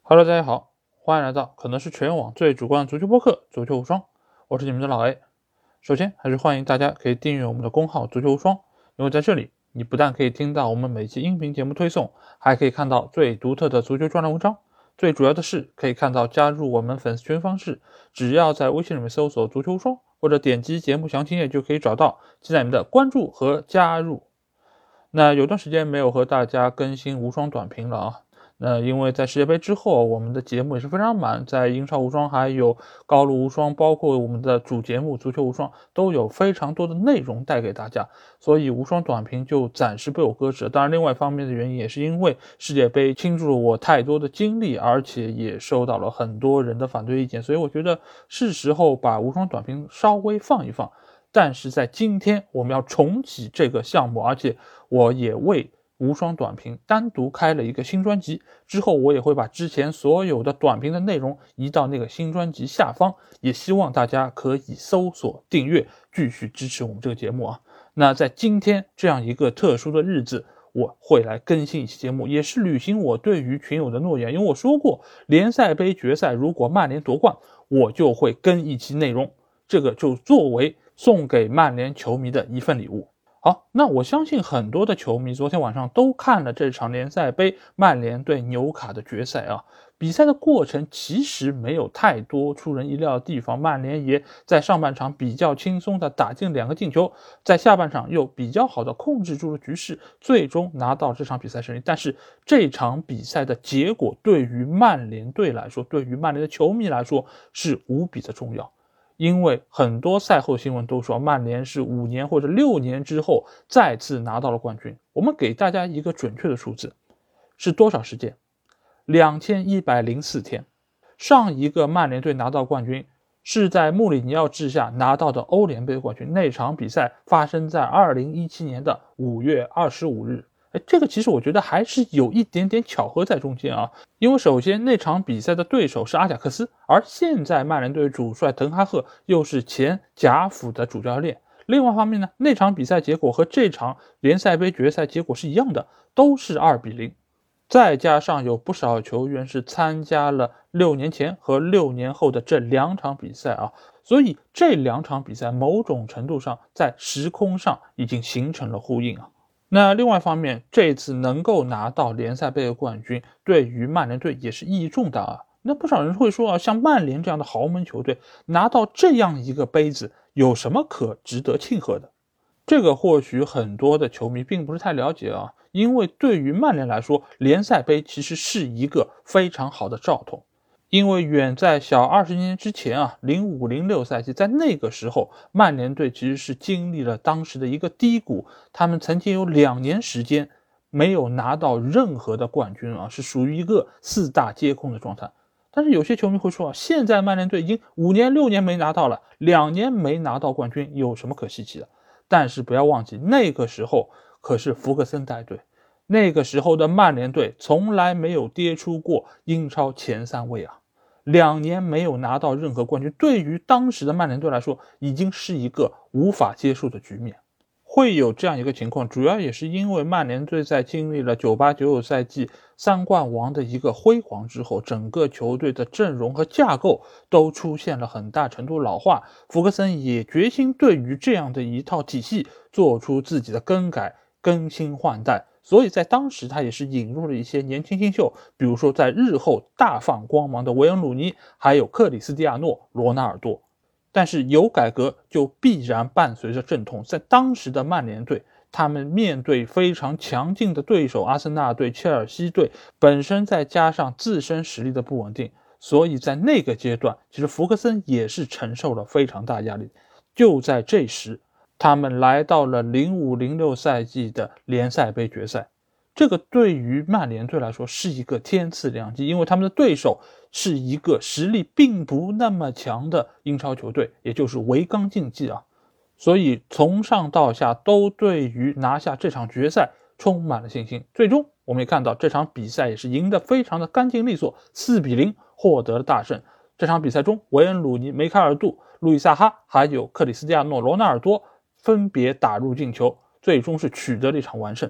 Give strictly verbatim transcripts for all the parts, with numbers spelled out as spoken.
Hello，大家好，欢迎来到可能是全网最主观的足球播客足球无双，我是你们的老 A。首先还是欢迎大家可以订阅我们的公号足球无双，因为在这里你不但可以听到我们每期音频节目推送，还可以看到最独特的足球专栏文章。最主要的是可以看到加入我们粉丝群方式，只要在微信里面搜索足球无双，或者点击节目详情页就可以找到，期待你们的关注和加入。那有段时间没有和大家更新无双短评了啊。那因为在世界杯之后，我们的节目也是非常满，在英超无双还有高卢无双，包括我们的主节目足球无双，都有非常多的内容带给大家，所以无双短评就暂时被我搁置了。当然另外一方面的原因也是因为世界杯倾注了我太多的精力，而且也受到了很多人的反对意见，所以我觉得是时候把无双短评稍微放一放。但是在今天我们要重启这个项目，而且我也为无双短评单独开了一个新专辑，之后我也会把之前所有的短评的内容移到那个新专辑下方，也希望大家可以搜索订阅，继续支持我们这个节目啊。那在今天这样一个特殊的日子，我会来更新一期节目，也是履行我对于群友的诺言，因为我说过联赛杯决赛如果曼联夺冠，我就会更一期内容，这个就作为送给曼联球迷的一份礼物。好，那我相信很多的球迷昨天晚上都看了这场联赛杯曼联对纽卡的决赛啊。比赛的过程其实没有太多出人意料的地方，曼联也在上半场比较轻松的打进两个进球，在下半场又比较好的控制住了局势，最终拿到这场比赛胜利。但是这场比赛的结果对于曼联队来说，对于曼联的球迷来说是无比的重要。因为很多赛后新闻都说曼联是五年或者六年之后再次拿到了冠军。我们给大家一个准确的数字，是多少时间？两千一百零四天。上一个曼联队拿到冠军是在穆里尼奥治下拿到的欧联杯冠军，那场比赛发生在二零一七年的五月二十五日。这个其实我觉得还是有一点点巧合在中间啊，因为首先那场比赛的对手是阿贾克斯，而现在曼联队主帅滕哈赫又是前甲府的主教练。另外一方面呢，那场比赛结果和这场联赛杯决赛结果是一样的，都是二比零。再加上有不少球员是参加了六年前和六年后的这两场比赛啊，所以这两场比赛某种程度上在时空上已经形成了呼应啊。那另外一方面，这次能够拿到联赛杯的冠军，对于曼联队也是意义重大啊。那不少人会说啊，像曼联这样的豪门球队拿到这样一个杯子，有什么可值得庆贺的？这个或许很多的球迷并不是太了解啊，因为对于曼联来说，联赛杯其实是一个非常好的兆头。因为远在小二十年之前啊，零五零六赛季，在那个时候，曼联队其实是经历了当时的一个低谷，他们曾经有两年时间没有拿到任何的冠军啊，是属于一个四大皆空的状态。但是有些球迷会说啊，现在曼联队已经五年六年没拿到了，两年没拿到冠军，有什么可稀奇的？但是不要忘记，那个时候可是福格森带队。那个时候的曼联队从来没有跌出过英超前三位啊，两年没有拿到任何冠军，对于当时的曼联队来说已经是一个无法接受的局面。会有这样一个情况，主要也是因为曼联队在经历了九八九九赛季三冠王的一个辉煌之后，整个球队的阵容和架构都出现了很大程度老化，福格森也决心对于这样的一套体系做出自己的更改，更新换代。所以在当时他也是引入了一些年轻新秀，比如说在日后大放光芒的维恩鲁尼，还有克里斯蒂亚诺罗纳尔多。但是有改革就必然伴随着阵痛，在当时的曼联队，他们面对非常强劲的对手阿森纳队、切尔西队，本身再加上自身实力的不稳定，所以在那个阶段其实福克森也是承受了非常大压力。就在这时，他们来到了零五零六赛季的联赛杯决赛，这个对于曼联队来说是一个天赐良机，因为他们的对手是一个实力并不那么强的英超球队，也就是维冈竞技啊，所以从上到下都对于拿下这场决赛充满了信心。最终我们也看到这场比赛也是赢得非常的干净利索，四比零获得了大胜。这场比赛中，维恩鲁尼、梅开二度、路易萨哈还有克里斯蒂亚诺·罗纳尔多分别打入进球，最终是取得了一场完胜。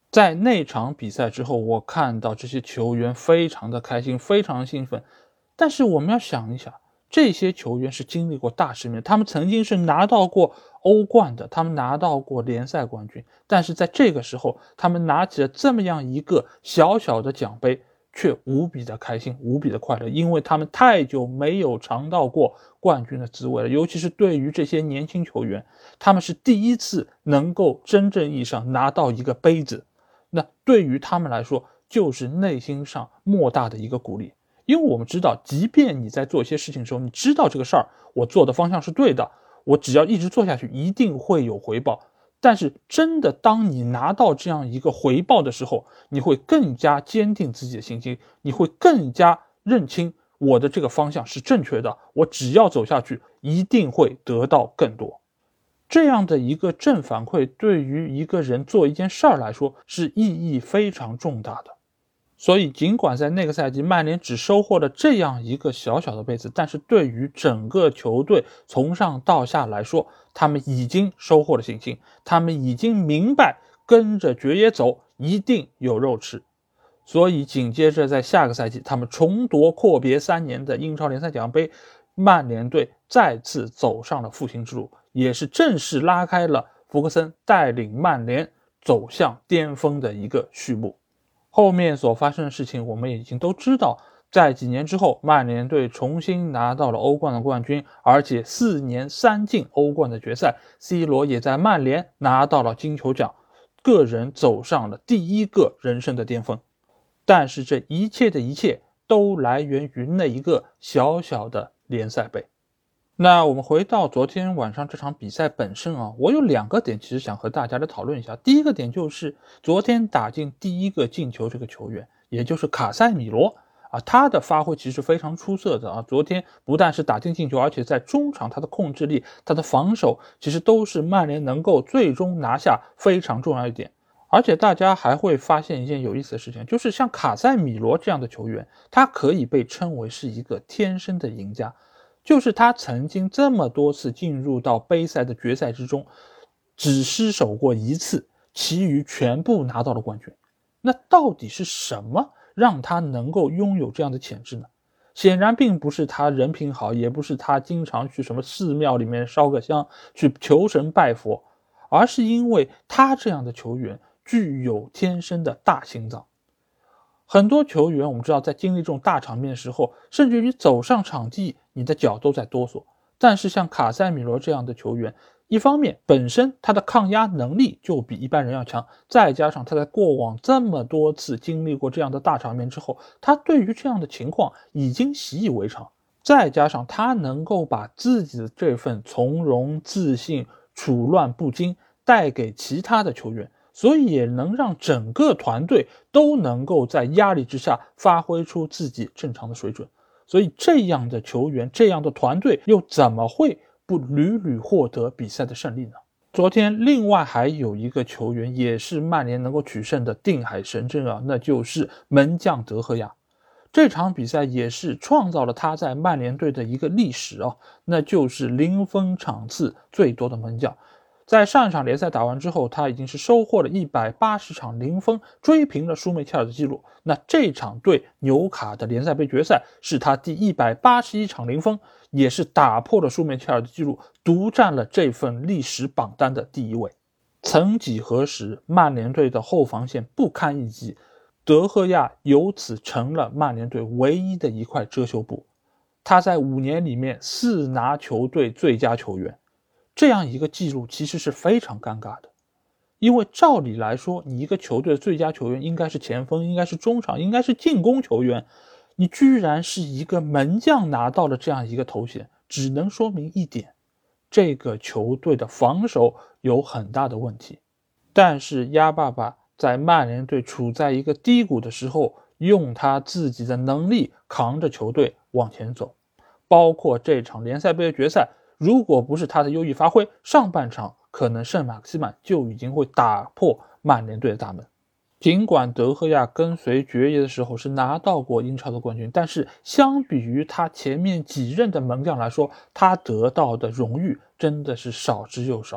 在那场比赛之后，我看到这些球员非常的开心，非常的兴奋。但是我们要想一想，这些球员是经历过大世面，他们曾经是拿到过欧冠的，他们拿到过联赛冠军，但是在这个时候，他们拿起了这么样一个小小的奖杯，却无比的开心，无比的快乐，因为他们太久没有尝到过冠军的滋味了。尤其是对于这些年轻球员，他们是第一次能够真正意义上拿到一个杯子，那对于他们来说，就是内心上莫大的一个鼓励。因为我们知道，即便你在做一些事情的时候，你知道这个事儿我做的方向是对的，我只要一直做下去，一定会有回报。但是真的当你拿到这样一个回报的时候，你会更加坚定自己的信心，你会更加认清我的这个方向是正确的，我只要走下去，一定会得到更多。这样的一个正反馈对于一个人做一件事儿来说是意义非常重大的。所以尽管在那个赛季曼联只收获了这样一个小小的杯子，但是对于整个球队从上到下来说，他们已经收获了信心，他们已经明白跟着爵爷走一定有肉吃。所以紧接着在下个赛季，他们重夺阔别三年的英超联赛奖杯，曼联队再次走上了复兴之路，也是正式拉开了福格森带领曼联走向巅峰的一个序幕。后面所发生的事情我们也已经都知道，在几年之后，曼联队重新拿到了欧冠的冠军，而且四年三进欧冠的决赛， C 罗也在曼联拿到了金球奖，个人走上了第一个人生的巅峰。但是这一切的一切都来源于那一个小小的联赛杯。那我们回到昨天晚上这场比赛本身啊，我有两个点其实想和大家来讨论一下。第一个点就是昨天打进第一个进球这个球员，也就是卡塞米罗啊，他的发挥其实非常出色的啊。昨天不但是打进进球，而且在中场他的控制力、他的防守，其实都是曼联能够最终拿下非常重要一点。而且大家还会发现一件有意思的事情，就是像卡塞米罗这样的球员，他可以被称为是一个天生的赢家。就是他曾经这么多次进入到杯赛的决赛之中，只失手过一次，其余全部拿到了冠军。那到底是什么让他能够拥有这样的潜质呢？显然并不是他人品好，也不是他经常去什么寺庙里面烧个香去求神拜佛，而是因为他这样的球员具有天生的大心脏。很多球员我们知道在经历这种大场面的时候，甚至于走上场地你的脚都在哆嗦，但是像卡塞米罗这样的球员，一方面本身他的抗压能力就比一般人要强，再加上他在过往这么多次经历过这样的大场面之后，他对于这样的情况已经习以为常，再加上他能够把自己的这份从容自信、处乱不惊带给其他的球员，所以也能让整个团队都能够在压力之下发挥出自己正常的水准。所以这样的球员，这样的团队又怎么会不屡屡获得比赛的胜利呢？昨天另外还有一个球员也是曼联能够取胜的定海神针啊，那就是门将德赫亚。这场比赛也是创造了他在曼联队的一个历史啊，那就是零封场次最多的门将。在上一场联赛打完之后，他已经是收获了一百八十场零封，追平了舒梅切尔的记录。那这场对纽卡的联赛杯决赛是他第一百八十一场零封，也是打破了舒梅切尔的记录，独占了这份历史榜单的第一位。曾几何时，曼联队的后防线不堪一击，德赫亚由此成了曼联队唯一的一块遮羞布。他在五年里面四拿球队最佳球员，这样一个记录其实是非常尴尬的。因为照理来说，你一个球队的最佳球员应该是前锋，应该是中场，应该是进攻球员，你居然是一个门将拿到了这样一个头衔，只能说明一点，这个球队的防守有很大的问题。但是鸭爸爸在曼联队处在一个低谷的时候，用他自己的能力扛着球队往前走。包括这场联赛杯的决赛，如果不是他的优异发挥，上半场可能圣马克西曼就已经会打破曼联队的大门。尽管德赫亚跟随爵爷的时候是拿到过英超的冠军，但是相比于他前面几任的门将来说，他得到的荣誉真的是少之又少。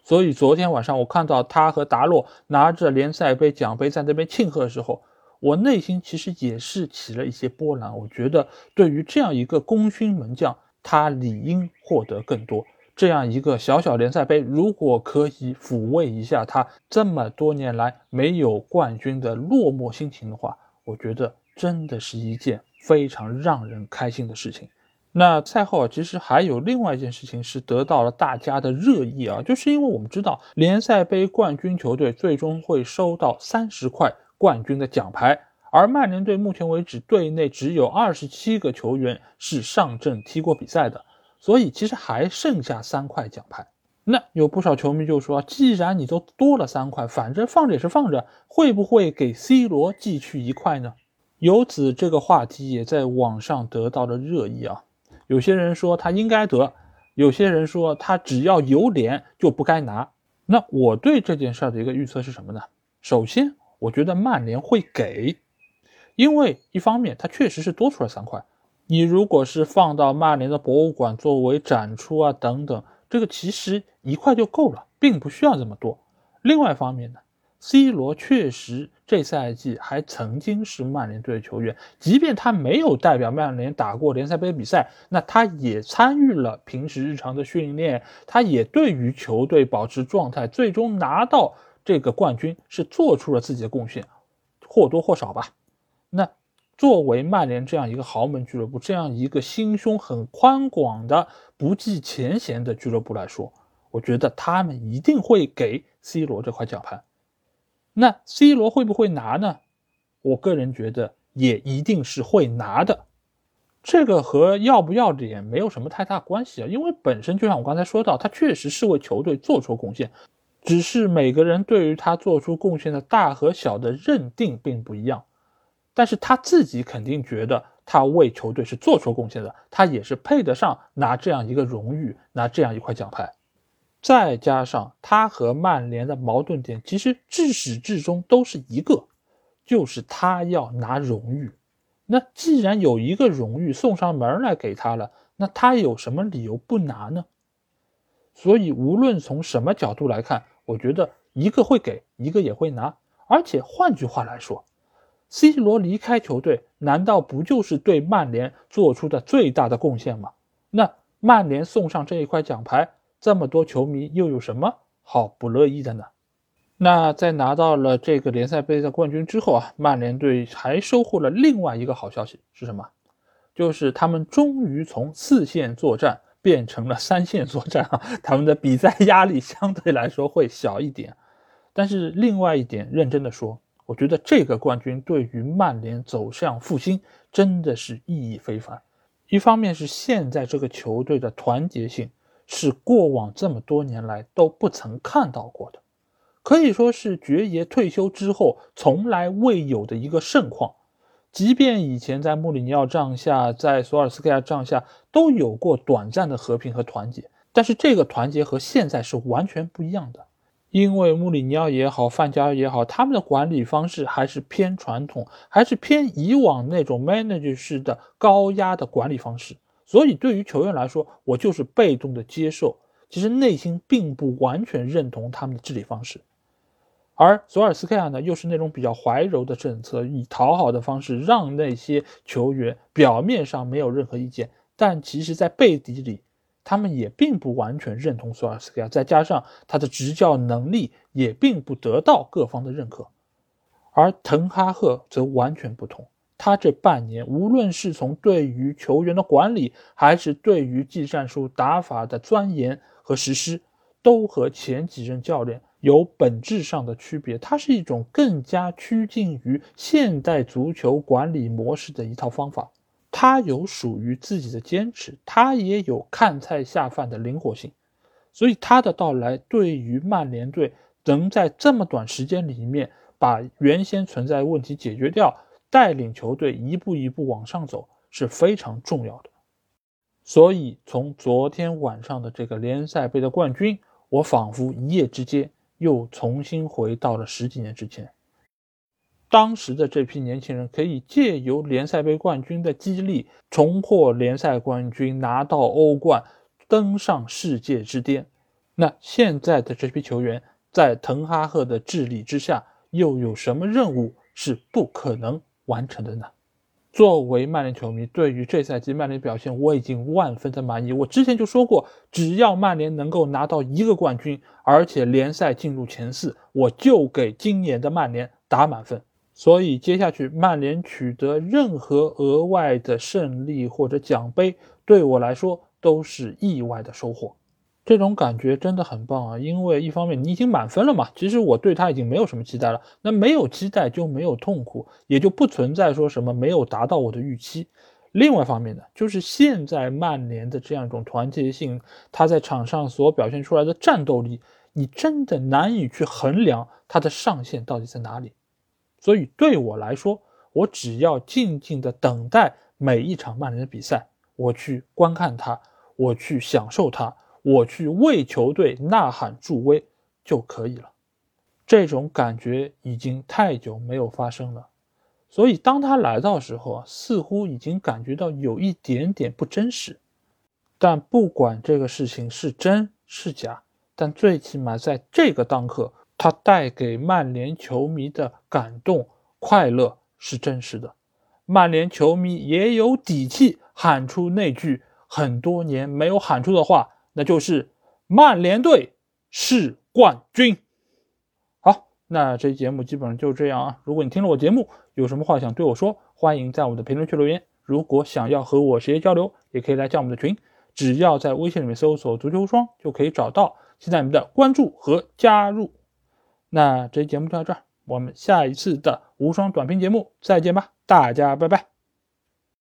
所以昨天晚上我看到他和达洛拿着联赛杯奖杯在那边庆贺的时候，我内心其实也是起了一些波澜。我觉得对于这样一个功勋门将，他理应获得更多。这样一个小小联赛杯，如果可以抚慰一下他这么多年来没有冠军的落寞心情的话，我觉得真的是一件非常让人开心的事情。那赛后啊，其实还有另外一件事情是得到了大家的热议啊，就是因为我们知道联赛杯冠军球队最终会收到三十块冠军的奖牌，而曼联队目前为止队内只有二十七个球员是上阵踢过比赛的，所以其实还剩下三块奖牌。那有不少球迷就说，既然你都多了三块，反正放着也是放着，会不会给 C 罗寄去一块呢？由此这个话题也在网上得到了热议啊。有些人说他应该得，有些人说他只要有脸就不该拿。那我对这件事的一个预测是什么呢？首先我觉得曼联会给，因为一方面他确实是多出了三块，你如果是放到曼联的博物馆作为展出啊等等，这个其实一块就够了，并不需要这么多。另外一方面呢， C 罗确实这赛季还曾经是曼联队的球员，即便他没有代表曼联打过联赛杯比赛，那他也参与了平时日常的训练，他也对于球队保持状态，最终拿到这个冠军是做出了自己的贡献，或多或少吧。那作为曼联这样一个豪门俱乐部，这样一个心胸很宽广的不计前嫌的俱乐部来说，我觉得他们一定会给 C 罗这块奖牌。那 C 罗会不会拿呢？我个人觉得也一定是会拿的。这个和要不要脸没有什么太大关系啊，因为本身就像我刚才说到，他确实是为球队做出贡献，只是每个人对于他做出贡献的大和小的认定并不一样。但是他自己肯定觉得他为球队是做出贡献的，他也是配得上拿这样一个荣誉，拿这样一块奖牌。再加上他和曼联的矛盾点其实至始至终都是一个，就是他要拿荣誉。那既然有一个荣誉送上门来给他了，那他有什么理由不拿呢？所以无论从什么角度来看，我觉得一个会给，一个也会拿。而且换句话来说， C 罗离开球队难道不就是对曼联做出的最大的贡献吗？那曼联送上这一块奖牌，这么多球迷又有什么好不乐意的呢？那在拿到了这个联赛杯的冠军之后啊，曼联队还收获了另外一个好消息是什么？就是他们终于从四线作战变成了三线作战啊，他们的比赛压力相对来说会小一点。但是另外一点认真的说，我觉得这个冠军对于曼联走向复兴真的是意义非凡。一方面是现在这个球队的团结性是过往这么多年来都不曾看到过的，可以说是爵爷退休之后从来未有的一个盛况。即便以前在穆里尼奥帐下，在索尔斯克亚帐下都有过短暂的和平和团结，但是这个团结和现在是完全不一样的。因为穆里尼奥也好，范加尔也好，他们的管理方式还是偏传统，还是偏以往那种 manager 式的高压的管理方式，所以对于球员来说，我就是被动的接受，其实内心并不完全认同他们的治理方式。而索尔斯克亚呢，又是那种比较怀柔的政策，以讨好的方式让那些球员表面上没有任何意见，但其实在背地里他们也并不完全认同索尔斯克亚，再加上他的执教能力也并不得到各方的认可。而滕哈赫则完全不同，他这半年无论是从对于球员的管理，还是对于技战术打法的钻研和实施，都和前几任教练有本质上的区别。它是一种更加趋近于现代足球管理模式的一套方法，他有属于自己的坚持，他也有看菜下饭的灵活性，所以他的到来对于曼联队能在这么短时间里面把原先存在的问题解决掉，带领球队一步一步往上走是非常重要的。所以从昨天晚上的这个联赛杯的冠军，我仿佛一夜之间又重新回到了十几年之前。当时的这批年轻人可以借由联赛杯冠军的激励，重获联赛冠军，拿到欧冠，登上世界之巅。 那现在的这批球员在滕哈赫的治理之下，又有什么任务是不可能完成的呢？作为曼联球迷，对于这赛季曼联表现我已经万分的满意。我之前就说过，只要曼联能够拿到一个冠军，而且联赛进入前四，我就给今年的曼联打满分。所以接下去曼联取得任何额外的胜利或者奖杯，对我来说都是意外的收获。这种感觉真的很棒啊，因为一方面你已经满分了嘛，其实我对他已经没有什么期待了，那没有期待就没有痛苦，也就不存在说什么没有达到我的预期。另外一方面呢，就是现在曼联的这样一种团结性，他在场上所表现出来的战斗力，你真的难以去衡量他的上限到底在哪里。所以对我来说，我只要静静的等待每一场曼联的比赛，我去观看它，我去享受它，我去为球队呐喊助威就可以了。这种感觉已经太久没有发生了，所以当他来到的时候啊，似乎已经感觉到有一点点不真实。但不管这个事情是真是假，但最起码在这个当刻，他带给曼联球迷的感动快乐是真实的。曼联球迷也有底气喊出那句很多年没有喊出的话，那就是曼联队是冠军。好，那这期节目基本上就这样啊。如果你听了我节目有什么话想对我说，欢迎在我们的评论区留言。如果想要和我直接交流，也可以来加我们的群，只要在微信里面搜索足球无双就可以找到，期待你们的关注和加入。那这期节目就到这儿，我们下一次的无双短评节目再见吧，大家拜拜。